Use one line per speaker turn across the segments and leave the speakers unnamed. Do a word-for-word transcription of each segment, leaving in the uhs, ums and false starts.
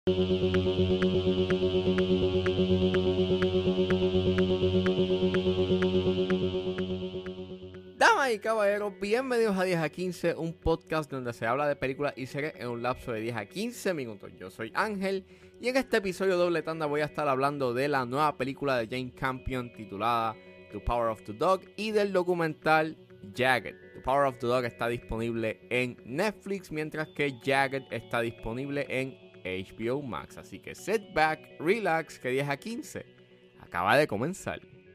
Damas y caballeros, bienvenidos a diez a quince, un podcast donde se habla de películas y series en un lapso de diez a quince minutos. Yo soy Ángel y en este episodio doble tanda voy a estar hablando de la nueva película de Jane Campion titulada The Power of the Dog y del documental Jagged. The Power of the Dog está disponible en Netflix, mientras que Jagged está disponible en H B O Max. Así que sit back, relax, que diez a quince acaba de comenzar.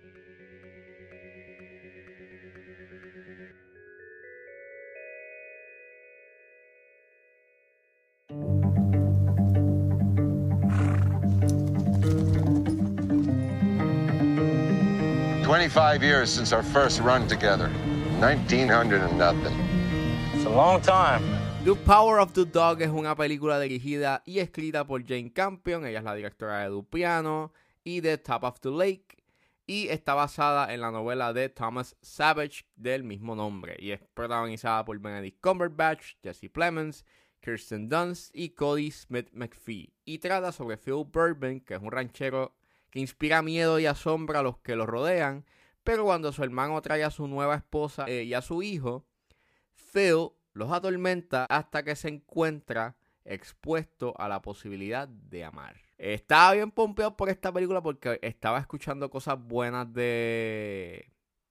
twenty-five years since our first run together. nineteen hundred and nothing.
It's a long time.
The Power of the Dog es una película dirigida y escrita por Jane Campion. Ella es la directora de Du Piano y de Top of the Lake. Y está basada en la novela de Thomas Savage del mismo nombre. Y es protagonizada por Benedict Cumberbatch, Jesse Plemons, Kirsten Dunst y Cody Smith McPhee. Y trata sobre Phil Burbank, que es un ranchero que inspira miedo y asombra a los que lo rodean, pero cuando su hermano trae a su nueva esposa eh, y a su hijo, Phil los atormenta hasta que se encuentra expuesto a la posibilidad de amar. Estaba bien pompeado por esta película porque estaba escuchando cosas buenas de,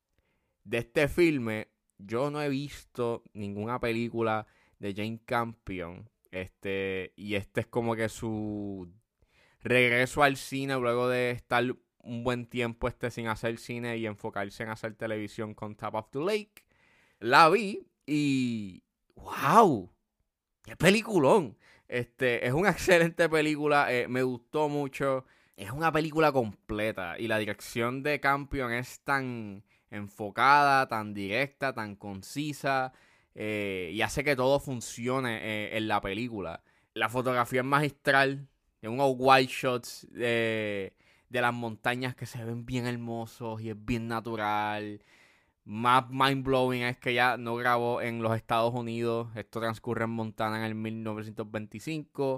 de este filme. Yo no he visto ninguna película de Jane Campion, este, y este es como que su regreso al cine luego de estar un buen tiempo este sin hacer cine y enfocarse en hacer televisión con Top of the Lake. La vi y ¡wow! ¡Qué peliculón! Este, es una excelente película, eh, me gustó mucho. Es una película completa y la dirección de Campion es tan enfocada, tan directa, tan concisa, eh, y hace que todo funcione eh, en la película. La fotografía es magistral. De unos wide shots de, de las montañas que se ven bien hermosos y es bien natural. Más mind-blowing es que ella no grabó en los Estados Unidos. Esto transcurre en Montana en el mil novecientos veinticinco.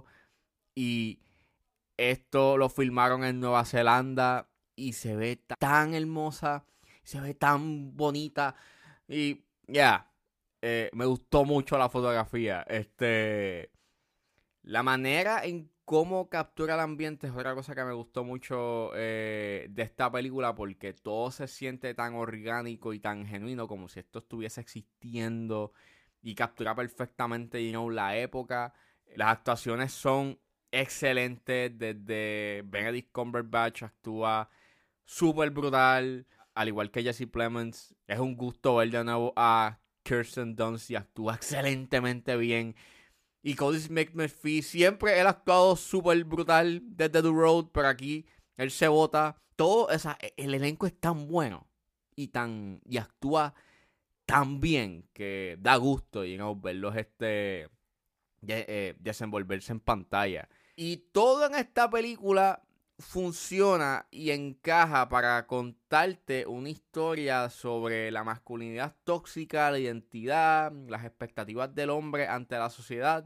Y esto lo filmaron en Nueva Zelanda. Y se ve tan hermosa. Se ve tan bonita. Y ya, yeah, eh, me gustó mucho la fotografía. Este, la manera en cómo captura el ambiente es otra cosa que me gustó mucho eh, de esta película, porque todo se siente tan orgánico y tan genuino como si esto estuviese existiendo y captura perfectamente, you know, la época. Las actuaciones son excelentes. Desde Benedict Cumberbatch actúa súper brutal, al igual que Jesse Plemons. Es un gusto ver de nuevo a Kirsten Dunst y actúa excelentemente bien. Y Cody Smith McPhee, siempre él ha actuado súper brutal desde The Road, pero aquí él se bota. Todo, o sea, el elenco es tan bueno y tan y actúa tan bien que da gusto, you know, verlos este, de, eh, desenvolverse en pantalla. Y todo en esta película funciona y encaja para contarte una historia sobre la masculinidad tóxica, la identidad, las expectativas del hombre ante la sociedad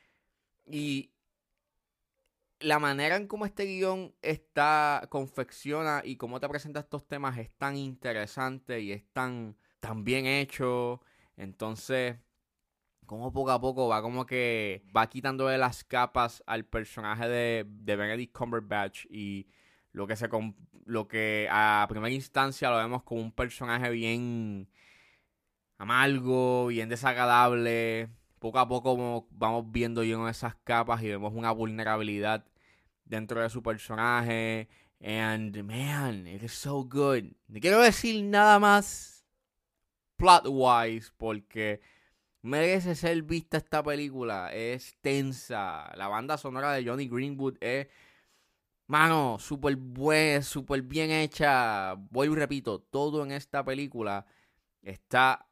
y la manera en cómo este guión está confecciona y cómo te presenta estos temas es tan interesante y es tan, tan bien hecho. Entonces, como poco a poco va como que va quitándole las capas al personaje de, de Benedict Cumberbatch y lo que se lo que a primera instancia lo vemos como un personaje bien amargo, bien desagradable. Poco a poco vamos viendo yo esas capas y vemos una vulnerabilidad dentro de su personaje. And man, it is so good. No quiero decir nada más plot wise porque merece ser vista esta película. Es tensa. La banda sonora de Johnny Greenwood es, mano, súper buena, súper bien hecha. Voy y repito, todo en esta película está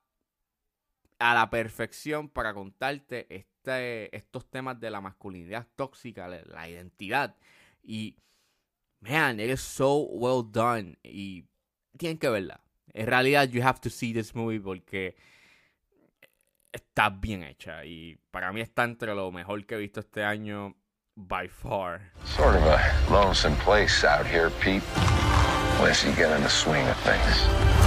a la perfección para contarte este, estos temas de la masculinidad tóxica, la, la identidad. Y, man, it is so well done. Y tienen que verla. En realidad, you have to see this movie porque está bien hecha. Y para mí está entre lo mejor que he visto este año by far.
Sort of a lonesome place out here, Pete. Unless you get in the swing of things.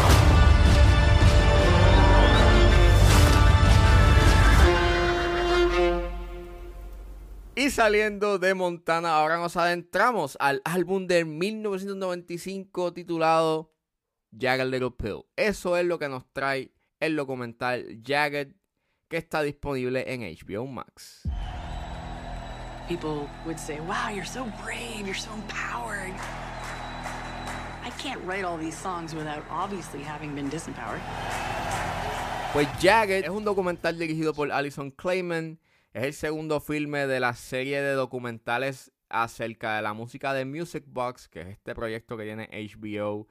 Y saliendo de Montana, ahora nos adentramos al álbum de mil novecientos noventa y cinco titulado Jagged Little Pill. Eso es lo que nos trae el documental Jagged, que está disponible en H B O Max.
People would say, wow, you're so brave, you're so empowered. I can't write all these songs without obviously having been disempowered.
Pues Jagged es un documental dirigido por Alison Kleiman. Es el segundo filme de la serie de documentales acerca de la música de Music Box, que es este proyecto que tiene H B O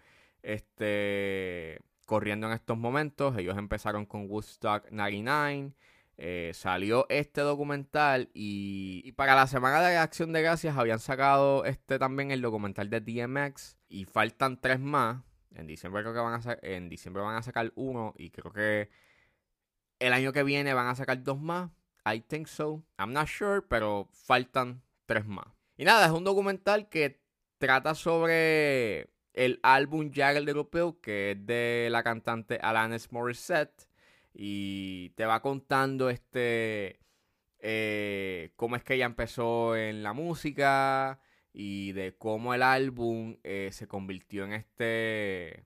este, corriendo en estos momentos. Ellos empezaron con Woodstock noventa y nueve. Eh, salió este documental y, y para la semana de Acción de Gracias habían sacado este también el documental de D M X y faltan tres más. En diciembre creo que van a sa- en diciembre van a sacar uno y creo que el año que viene van a sacar dos más. I think so. I'm not sure, pero faltan tres más. Y nada, es un documental que trata sobre el álbum Jagged Little Pill, que es de la cantante Alanis Morissette. Y te va contando este eh, cómo es que ella empezó en la música y de cómo el álbum eh, se convirtió en este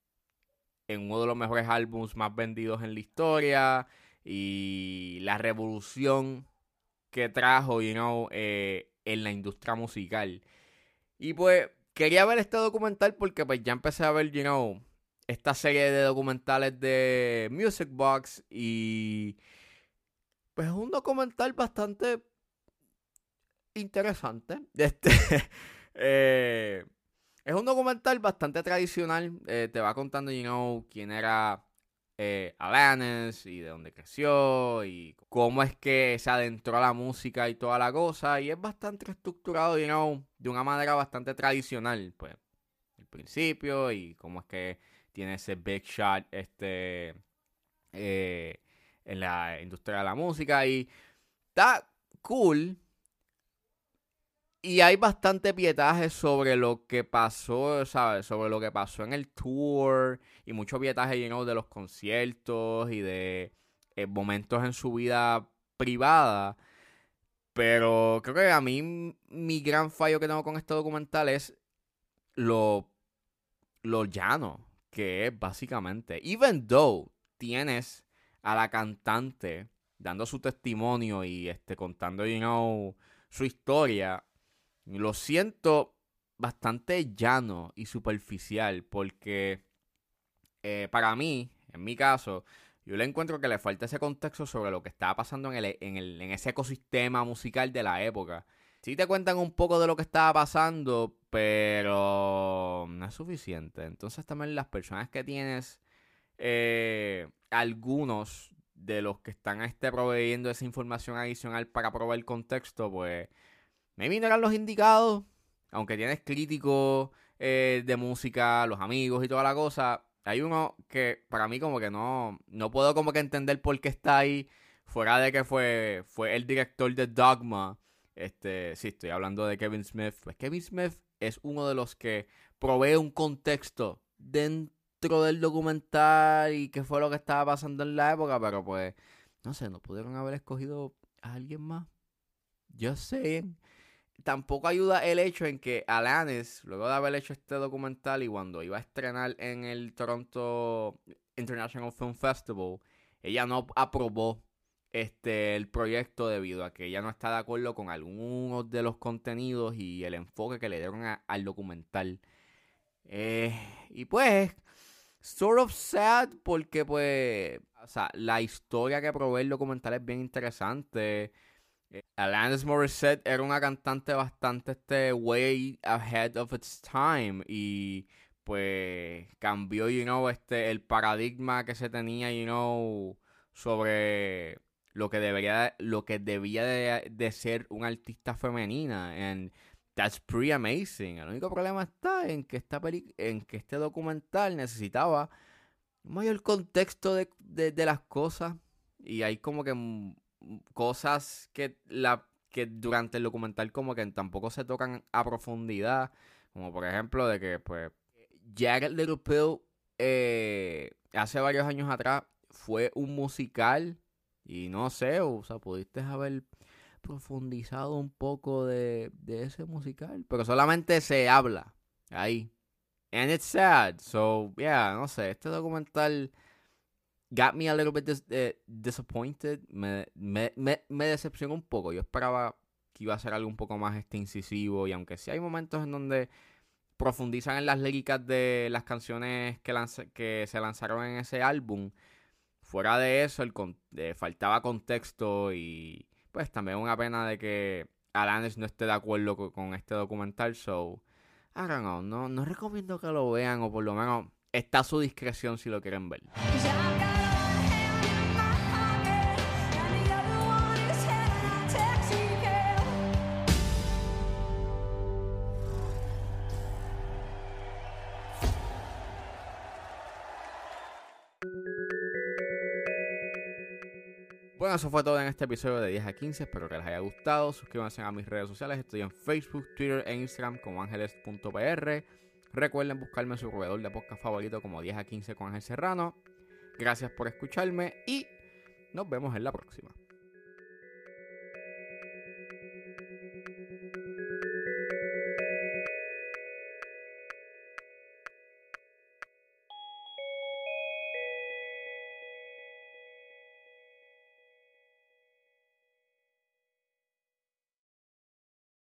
en uno de los mejores álbumes más vendidos en la historia y la revolución que trajo, you know, eh, en la industria musical. Y pues quería ver este documental porque pues ya empecé a ver, you know, esta serie de documentales de Music Box y pues es un documental bastante interesante. Este, eh, es un documental bastante tradicional. Eh, te va contando, you know, quién era eh, Alanis y de dónde creció y cómo es que se adentró a la música y toda la cosa. Y es bastante estructurado, you know, de una manera bastante tradicional, pues, el principio y cómo es que tiene ese big shot este eh, en la industria de la música y está cool y hay bastante pietaje sobre lo que pasó, ¿sabes? Sobre lo que pasó en el tour y mucho pietaje, you know, de los conciertos y de eh, momentos en su vida privada. Pero creo que a mí mi gran fallo que tengo con este documental es lo, lo llano que es básicamente. Even though tienes a la cantante dando su testimonio y este contando, you know, su historia, lo siento bastante llano y superficial porque eh, para mí, en mi caso, yo le encuentro que le falta ese contexto sobre lo que estaba pasando en, el, en, el, en ese ecosistema musical de la época. Sí te cuentan un poco de lo que estaba pasando, pero no es suficiente. Entonces también las personas que tienes, eh, algunos de los que están este, proveyendo esa información adicional para proveer contexto, pues maybe no eran los indicados. Aunque tienes críticos eh, de música, los amigos y toda la cosa, hay uno que para mí como que no, no puedo como que entender por qué está ahí, fuera de que fue, fue el director de Dogma. Este, sí, estoy hablando de Kevin Smith. Pues Kevin Smith es uno de los que provee un contexto dentro del documental y qué fue lo que estaba pasando en la época, pero pues, no sé, no pudieron haber escogido a alguien más. Just saying. Tampoco ayuda el hecho en que Alanis, luego de haber hecho este documental y cuando iba a estrenar en el Toronto International Film Festival, ella no aprobó este el proyecto debido a que ella no está de acuerdo con algunos de los contenidos y el enfoque que le dieron a, al documental. Eh, y pues, sort of sad porque pues, o sea, la historia que provee el documental es bien interesante. Eh, Alanis Morissette era una cantante bastante este way ahead of its time y pues cambió, you know, este el paradigma que se tenía, you know, sobre lo que debería lo que debía de, de ser una artista femenina and that's pretty amazing. El único problema está en que esta peli en que este documental necesitaba un mayor contexto de, de, de las cosas y hay como que cosas que la que durante el documental como que tampoco se tocan a profundidad. Como por ejemplo de que pues Jagged Little Pill eh, hace varios años atrás fue un musical y no sé, o sea, pudiste haber profundizado un poco de, de ese musical, pero solamente se habla ahí. And it's sad, so yeah, no sé, este documental got me a little bit dis- eh, disappointed, me, me, me, me decepcionó un poco. Yo esperaba que iba a ser algo un poco más este incisivo, y aunque sí hay momentos en donde profundizan en las líricas de las canciones que, lanz- que se lanzaron en ese álbum, fuera de eso el con- eh, faltaba contexto, y pues también una pena de que Alanis no esté de acuerdo con, con este documental. So I don't know, no, no recomiendo que lo vean, o por lo menos está a su discreción si lo quieren ver. Bueno, eso fue todo en este episodio de diez a quince. Espero que les haya gustado. Suscríbanse a mis redes sociales. Estoy en Facebook, Twitter e Instagram como ángeles punto p r. Recuerden buscarme en su proveedor de podcast favorito como diez a quince con Ángel Serrano. Gracias por escucharme y nos vemos en la próxima.